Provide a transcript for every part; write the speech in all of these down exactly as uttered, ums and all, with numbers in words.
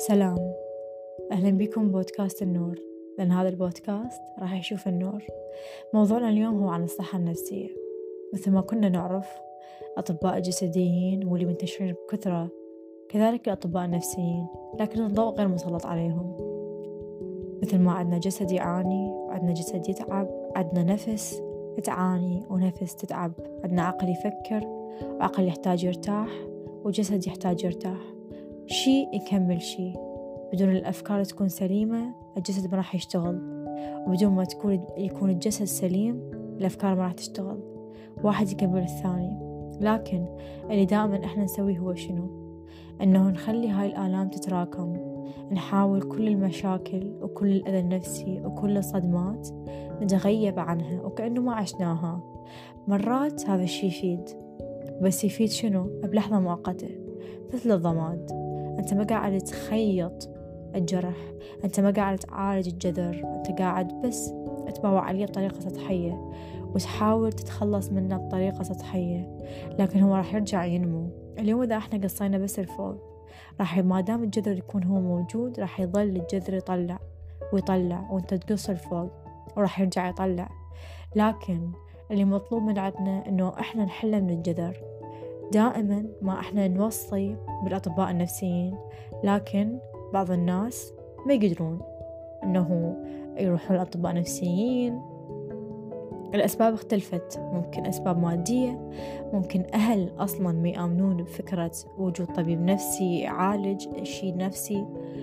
سلام، أهلا بكم بودكاست النور، لأن هذا البودكاست راح يشوف النور. موضوعنا اليوم هو عن الصحة النفسية. مثل ما كنا نعرف أطباء الجسديين واللي منتشرين بكثرة، كذلك الأطباء النفسيين، لكن الضوء غير مسلط عليهم. مثل ما عندنا جسد يعاني وعندنا جسد يتعب، عندنا نفس تعاني ونفس تتعب، عندنا عقل يفكر وعقل يحتاج يرتاح وجسد يحتاج يرتاح. شيء يكمل شيء. بدون الأفكار تكون سليمة الجسد ما راح يشتغل، وبدون ما تكون يكون الجسد سليم الأفكار ما راح تشتغل. واحد يكمل الثاني. لكن اللي دائما احنا نسويه هو شنو؟ انه نخلي هاي الآلام تتراكم، نحاول كل المشاكل وكل الأذى النفسي وكل الصدمات نتغيب عنها وكأنه ما عشناها. مرات هذا الشي يفيد، بس يفيد شنو؟ بلحظة مؤقتة، مثل الضماد. أنت ما قاعد تخيط الجرح، أنت ما قاعد تعالج الجذر، أنت قاعد بس تباوع عليه بطريقة سطحية وتحاول تتخلص منه بطريقة سطحية، لكن هو راح يرجع ينمو. اليوم إذا احنا قصينا بس الفوق، راح ما دام الجذر يكون هو موجود راح يظل الجذر يطلع ويطلع وانت تقص الفوق وراح يرجع يطلع. لكن اللي مطلوب من عندنا انه احنا نحله من الجذر. دائما ما احنا نوصي بالاطباء النفسيين، لكن بعض الناس ما يقدرون انه يروحون الاطباء النفسيين. الاسباب اختلفت، ممكن اسباب ماديه، ممكن اهل اصلا ما يامنون بفكره وجود طبيب نفسي يعالج الشيء نفسي،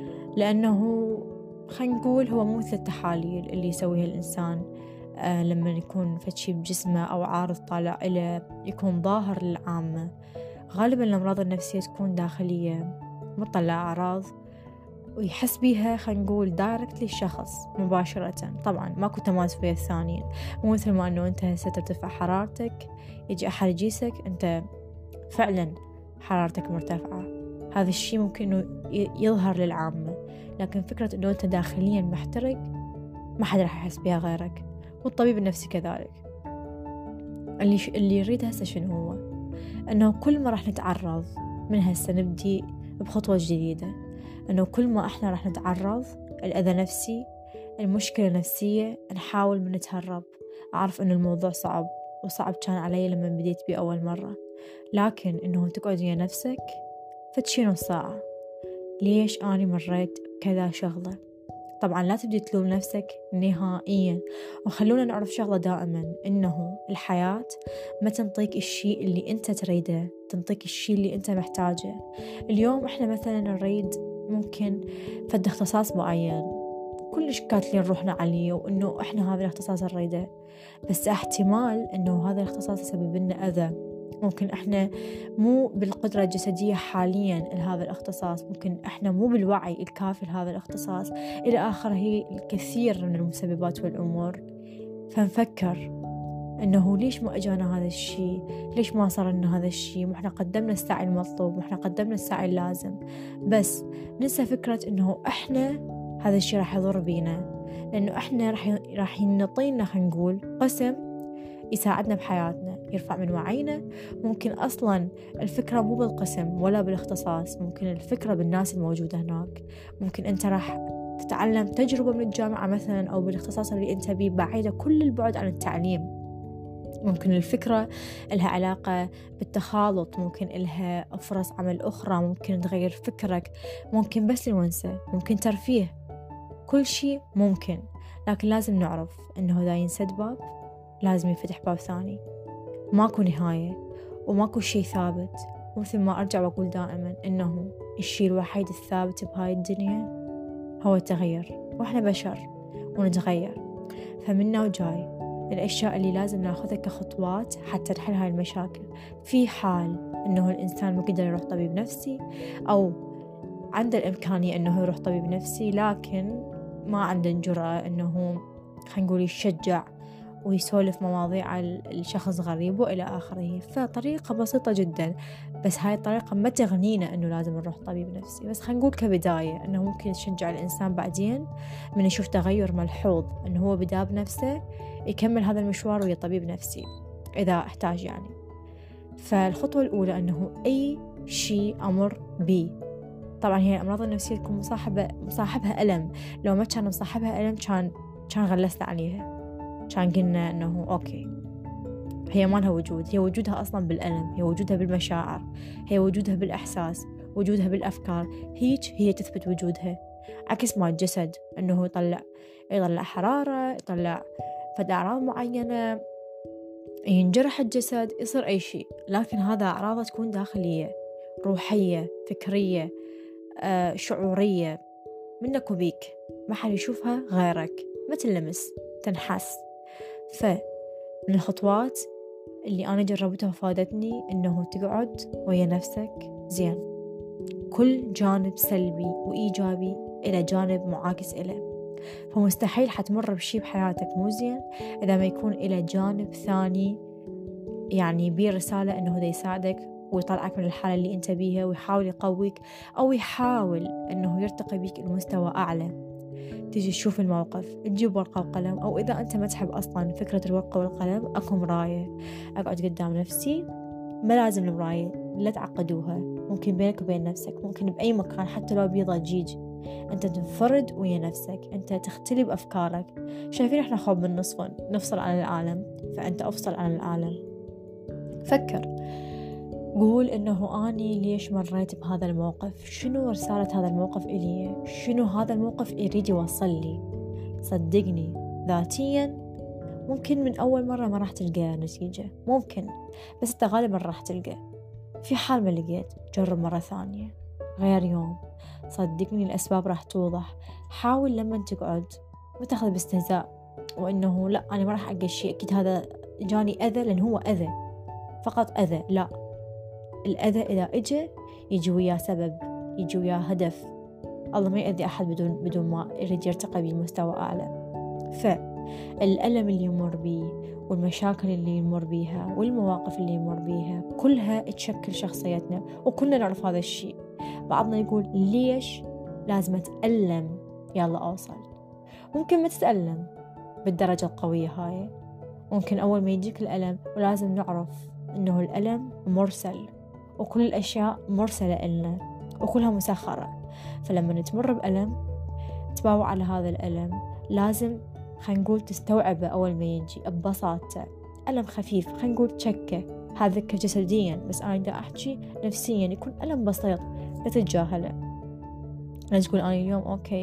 لانه خلينا نقول هو مو مثل التحاليل اللي يسويها الانسان آه لما يكون فتشي بجسمه أو عارض طالع إلى يكون ظاهر للعامة. غالبا الأمراض النفسية تكون داخلية مطلع أعراض ويحس بيها، خلينا نقول دايركت للشخص مباشرة. طبعا ماكو تماس ويا الثانيين، مو مثل ما أنه أنت هسه ترتفع حرارتك يجي أحد يجيسك أنت فعلا حرارتك مرتفعة. هذا الشيء ممكن أنه يظهر للعامة، لكن فكرة أنه أنت داخليا محترق ما حد راح يحس بها غيرك، والطبيب النفسي كذلك. اللي ش... اللي يريد هسه شنو هو؟ أنه كل ما راح نتعرض من هسه نبدي بخطوة جديدة، أنه كل ما إحنا راح نتعرض الأذى نفسي، المشكلة نفسية، نحاول من نتهرب. أعرف أنه الموضوع صعب وصعب كان علي لما بديت بيه أول مرة، لكن أنه تقعد ويا نفسك فتشي نص ساعة، ليش أنا مريت كذا شغلة. طبعا لا تبدي تلوم نفسك نهائيا، وخلونا نعرف شغلة دائما، إنه الحياة ما تنطيك الشيء اللي أنت تريده، تنطيك الشيء اللي أنت محتاجه. اليوم إحنا مثلا نريد ممكن فد اختصاص معين، كلش كاتلين روحنا عليه وإنه إحنا هذا الاختصاص نريده، بس احتمال إنه هذا الاختصاص يسبب لنا أذى. ممكن إحنا مو بالقدرة الجسدية حاليا لهذا الاختصاص، ممكن إحنا مو بالوعي الكافي لهذا الاختصاص، إلى آخره الكثير من المسببات والأمور. فنفكر إنه ليش ما أجانا هذا الشيء، ليش ما صار لنا هذا الشيء، وإحنا قدمنا السعي المطلوب وإحنا قدمنا السعي اللازم، بس ننسى فكرة إنه إحنا هذا الشيء راح يضر بينا، لأنه إحنا راح راح ينطينا خلينا نقول قسم يساعدنا بحياتنا، يرفع من وعينا. ممكن أصلا الفكرة مو بالقسم ولا بالاختصاص، ممكن الفكرة بالناس الموجودة هناك. ممكن أنت راح تتعلم تجربة من الجامعة مثلا أو بالاختصاص اللي أنت بيه بعيدة كل البعد عن التعليم. ممكن الفكرة لها علاقة بالتخالط، ممكن لها فرص عمل أخرى، ممكن تغير فكرك، ممكن بس الونسة، ممكن ترفيه، كل شيء ممكن. لكن لازم نعرف أنه إذا ينسد باب لازم يفتح باب ثاني. ماكو نهاية وماكو شيء ثابت، ومثل ما أرجع وأقول دائما إنه الشيء الوحيد الثابت بهاي الدنيا هو التغير، وإحنا بشر ونتغير. فمنا وجاي الأشياء اللي لازم ناخذها كخطوات حتى نحل هاي المشاكل. في حال إنه الإنسان ما قدر يروح طبيب نفسي أو عنده الإمكانية إنه يروح طبيب نفسي، لكن ما عنده الجرأة إنه خلينا نقول يشجع ويسولف مواضيع الشخص غريب وإلى آخره. فطريقة بسيطة جدا، بس هاي الطريقة ما تغنينا أنه لازم نروح طبيب نفسي، بس خلينا نقول كبداية أنه ممكن تشجع الإنسان بعدين من يشوف تغير ملحوظ أنه هو بدأ بنفسه يكمل هذا المشوار ويا طبيب نفسي إذا احتاج يعني. فالخطوة الأولى أنه أي شيء أمر بي طبعا هي الأمراض النفسية تكون مصاحبة مصاحبها ألم، لو ما كان مصاحبها ألم كان كان غلسنا عليها، كان قلنا إنه أوكي هي ما لها وجود. هي وجودها أصلا بالألم، هي وجودها بالمشاعر، هي وجودها بالإحساس، وجودها بالأفكار، هيك هي تثبت وجودها. عكس ما الجسد إنه يطلع يطلع حرارة، يطلع فد أعراض معينة، ينجرح الجسد، يصير أي شيء، لكن هذا أعراض تكون داخلية، روحية، فكرية، آه، شعورية، منك وبيك، ما حد يشوفها غيرك، ما تلمس، تنحس. فمن الخطوات اللي أنا جربتها وفادتني إنه تقعد ويا نفسك زين. كل جانب سلبي وإيجابي إلى جانب معاكس إله، فمستحيل حتمر بشي بحياتك مو زين إذا ما يكون إلى جانب ثاني يعني بيه رسالة إنه ده يساعدك ويطلعك من الحالة اللي أنت بيها، ويحاول يقويك أو يحاول إنه يرتقي بيك المستوى أعلى. تيجي تشوف الموقف، تجيب ورقة وقلم، أو إذا أنت ما تحب أصلا فكرة الورقة والقلم، أكو مراية، أقعد قدام نفسي. ما لازم المراية، لا تعقدوها، ممكن بينك وبين نفسك، ممكن بأي مكان حتى لو بيضة جيج، أنت تنفرد ويا نفسك، أنت تختلي بأفكارك. شايفين إحنا خوب من نصفن نفصل عن العالم، فأنت أفصل عن العالم. فكر، قول إنه أني ليش مريت بهذا الموقف، شنو رسالة هذا الموقف إلي، شنو هذا الموقف يريد يوصل لي. صدقني ذاتيا ممكن من أول مرة ما راح تلقى نتيجة، ممكن، بس أنت غالبا راح تلقى. في حال ما لقيت، جرب مرة ثانية، غير يوم، صدقني الأسباب راح توضح. حاول لما تقعد ما تاخذ باستهزاء وإنه لا أنا ما راح ألقى شيء، أكيد هذا جاني أذى لأن هو أذى، فقط أذى. لا، الأذى إذا إجا يجي وياه سبب، يجي وياه هدف. الله ما يأذي أحد بدون بدون ما يريد يرتقي بمستوى أعلى. فالألم اللي يمر بيه والمشاكل اللي يمر بيها والمواقف اللي يمر بيها كلها تشكل شخصيتنا، وكلنا نعرف هذا الشيء. بعضنا يقول ليش لازم أتألم يلا أوصل. ممكن ما تتألم بالدرجة القوية هاي، ممكن أول ما يجيك الألم، ولازم نعرف إنه الألم مرسل، وكل الأشياء مرسلة إلنا وكلها مسخرة. فلما نتمر بألم تباوع على هذا الألم، لازم خلينا نقول تستوعبه أول ما يجي ببساطة. ألم خفيف خلينا نقول تشكه، هذا جسديا، بس أنا دا أحكي نفسيا، يكون ألم بسيط لا تتجاهله. لا تقول أنا اليوم أوكي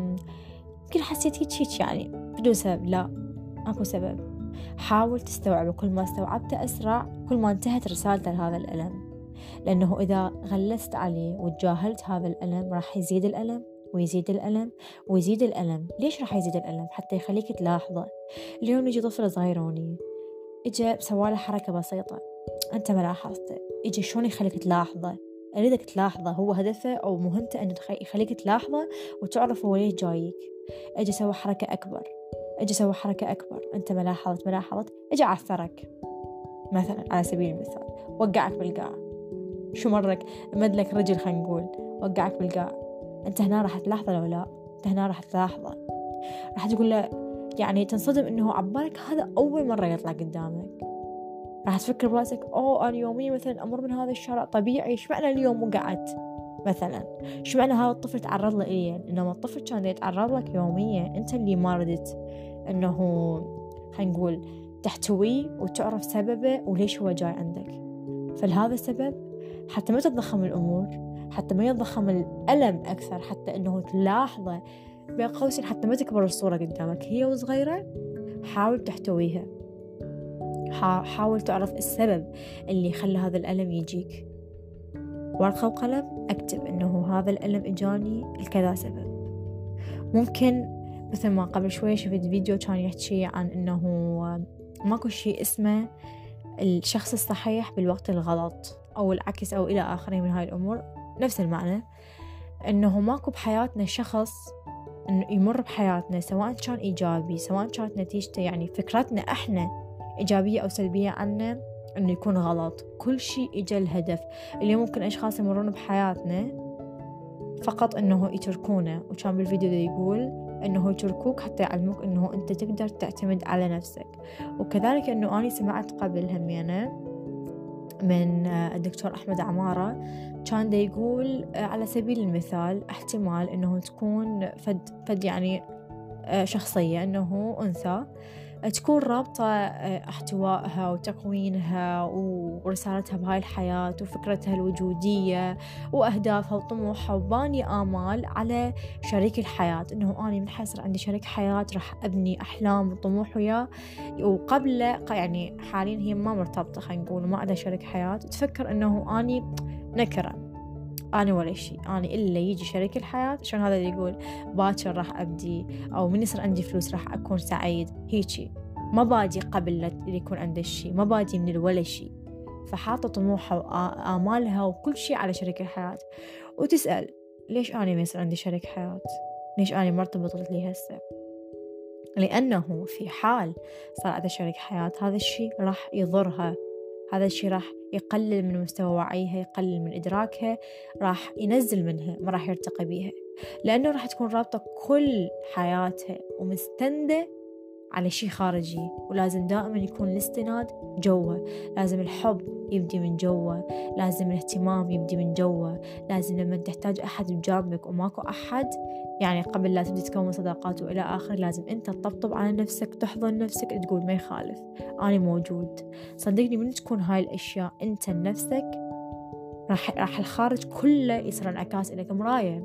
يمكن حسيت هيك هيك يعني بدون سبب، لا، أكو سبب. حاول تستوعبه، كل ما استوعبته أسرع كل ما انتهت رسالته لهذا الألم، لأنه إذا غلست عليه وتجاهلت هذا الألم راح يزيد الألم ويزيد الألم ويزيد الألم. ليش راح يزيد الألم؟ حتى يخليك تلاحظه. اليوم يجي طفل صغيروني إجا بسواله حركة بسيطة أنت ما لاحظته، إجا شلون يخليك تلاحظه، أريدك تلاحظه، هو هدفه أو مهمته أنه يخليك تلاحظه وتعرف هو ليش جايك. إجا سوى حركة أكبر، إجا سوى حركة أكبر، أنت ما لاحظت ما لاحظت إجا عثرك مثلا على سبيل المثال، وقعك بالقاع. شو مرك مدلك رجل خلينا نقول وقعك بالقاع، أنت هنا راح تلاحظه لو لا؟ أنت هنا راح تلاحظه، راح تقول له يعني تنصدم إنه عبالك هذا أول مرة يطلع قدامك. راح تفكر براسك أوه أنا يوميا مثلا أمر من هذا الشارع طبيعي، إيش معنى اليوم وقعت مثلا؟ إيش معنى هذا الطفل تعرض له إيه؟ إنما الطفل كان يتعرض لك يوميا، أنت اللي ما ردت إنه خلينا نقول تحتويه وتعرف سببه وليش هو جاي عندك. فلهذا السبب حتى ما تتضخم الأمور، حتى ما يتضخم الألم أكثر، حتى إنه تلاحظه بين قوسين، حتى ما تكبر الصورة قدامك هي وصغيرة، حاول تحتويها، حاول تعرف السبب اللي خلى هذا الألم يجيك. ورقة وقلم أكتب إنه هذا الألم إجاني لكذا سبب. ممكن مثل ما قبل شوية شفت فيديو كان يحكي عن إنه ماكو شيء اسمه الشخص الصحيح بالوقت الغلط أو العكس أو إلى آخره من هاي الأمور، نفس المعنى، إنه ماكو بحياتنا شخص إنه يمر بحياتنا سواء كان إيجابي سواء كانت نتيجته يعني فكرتنا إحنا إيجابية أو سلبية عنه إنه يكون غلط. كل شيء إجا الهدف. اليوم ممكن أشخاص يمرون بحياتنا فقط إنه يتركونه، وكان بالفيديو ده يقول إنه يتركوك حتى يعلموك إنه أنت تقدر تعتمد على نفسك. وكذلك إنه أنا سمعت قبل همينة من الدكتور أحمد عمارة، كان دا يقول على سبيل المثال احتمال أنه تكون فد, فد يعني شخصية أنه أنثى تكون رابطة احتوائها وتكوينها ورسالتها بهاي الحياة وفكرتها الوجودية وأهدافها وطموحها وباني آمال على شريك الحياة، أنه أنا من حيصير عندي شريك حياة راح أبني أحلام وطموح وياه. وقبل يعني حاليا هي ما مرتبطة، خلينا نقول ما عندها شريك حياة، تفكر أنه أني نكرة، أنا ولا شيء، أنا إلا يجي شريك الحياة عشان هذا اللي يقول باكر راح أبدي، أو من يصير عندي فلوس راح أكون سعيد. هيجي ما بادي قبل اللي يكون عنده الشيء، ما بادي من الولا شيء، فحاطة طموحها وآمالها وكل شيء على شريك الحياة. وتسأل ليش أنا ما يصير عندي شريك حياة؟ ليش أنا مرتبطة لي هسه؟ لأنه في حال صار عندها شريك حياة هذا الشيء راح يضرها، هذا الشيء راح يقلل من مستوى وعيها، يقلل من إدراكها، راح ينزل منها، ما راح يرتقي بيها، لأنه راح تكون رابطة كل حياتها ومستندة على شيء خارجي. ولازم دائما يكون الاستناد جوا، لازم الحب يبدي من جوا، لازم الاهتمام يبدي من جوا، لازم لما تحتاج أحد بجانبك وماكو أحد، يعني قبل لا تبدي تكون صداقات وإلى آخر، لازم أنت تطبطب على نفسك، تحضن نفسك، تقول ما يخالف أنا موجود. صدقني من تكون هاي الأشياء أنت لنفسك راح راح الخارج كله يصير انعكاس إلك، مراية،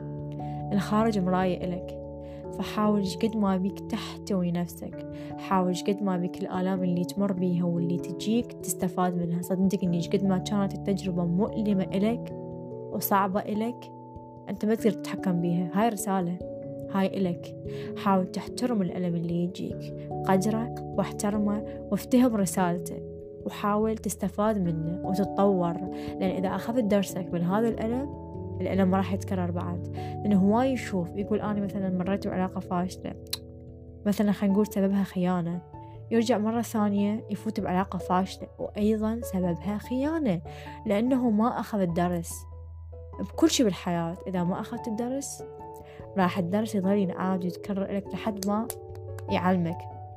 الخارج مراية إلك. فحاول قد ما بيك تحتوي نفسك، حاول قد ما بيك الآلام اللي تمر بيها واللي تجيك تستفاد منها. صدقني قد ما كانت التجربة مؤلمة إلك وصعبة إلك أنت ما تقدر تتحكم بيها، هاي رسالة، هاي إلك. حاول تحترم الألم اللي يجيك، قدره واحترمه وافتهم رسالته، وحاول تستفاد منه وتتطور. لأن إذا أخذت درسك من هذا الألم، الألم ما راح يتكرر بعد. لأنه هو يشوف يقول أنا مثلا مريت بعلاقة فاشلة، مثلا خلينا نقول سببها خيانة، يرجع مرة ثانية يفوت بعلاقة فاشلة وأيضا سببها خيانة، لأنه ما أخذ الدرس. بكل شيء بالحياة إذا ما أخذت الدرس راح الدرس يظل ينعاد ويتكرر لك لحد ما يعلمك.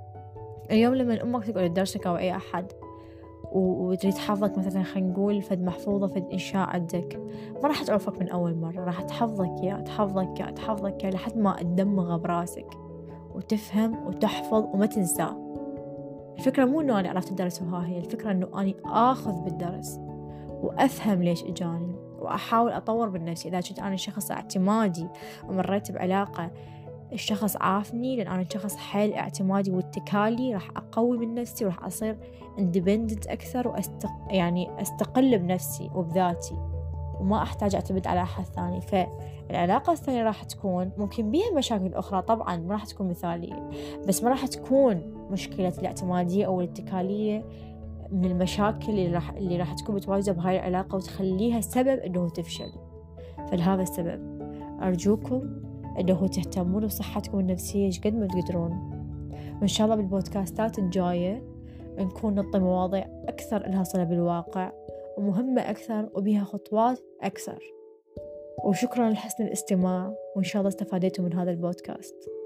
اليوم لما أمك تقول درسك أو أي أحد وتريد تحفظك مثلا خلينا نقول فد محفوظة فد إنشاء عندك، ما راح تعرفك من أول مرة، راح تحفظك يا تحفظك يا تحفظك يا لحد ما تدمغه براسك وتفهم وتحفظ وما تنساه. الفكرة مو إنه أنا عرفت الدرس وها هي الفكرة، إنه أنا آخذ بالدرس وأفهم ليش إجاني وأحاول أطور من نفسي. إذا كنت أنا شخص اعتمادي ومريت بعلاقة الشخص عافني، لأن أنا شخص حيل اعتمادي واتكالي، راح أقوي من نفسي وراح أصير independent أكثر، وأستق يعني أستقل بنفسي وبذاتي وما أحتاج أعتمد على أحد ثاني. فالعلاقة الثانية راح تكون ممكن بيها مشاكل أخرى طبعا، ما راح تكون مثالية، بس ما راح تكون مشكلة الاعتمادية أو الاتكالية من المشاكل اللي راح اللي راح تكون متواجدة بهاي العلاقة وتخليها سبب إنه تفشل. فلهذا السبب أرجوكم إنه تهتمون بصحتكم النفسية قد ما تقدرون. وإن شاء الله بالبودكاستات الجاية نكون نعطي مواضيع أكثر لها صلة بالواقع ومهمة أكثر وبها خطوات أكثر. وشكرا لحسن الاستماع، وإن شاء الله استفادتوا من هذا البودكاست.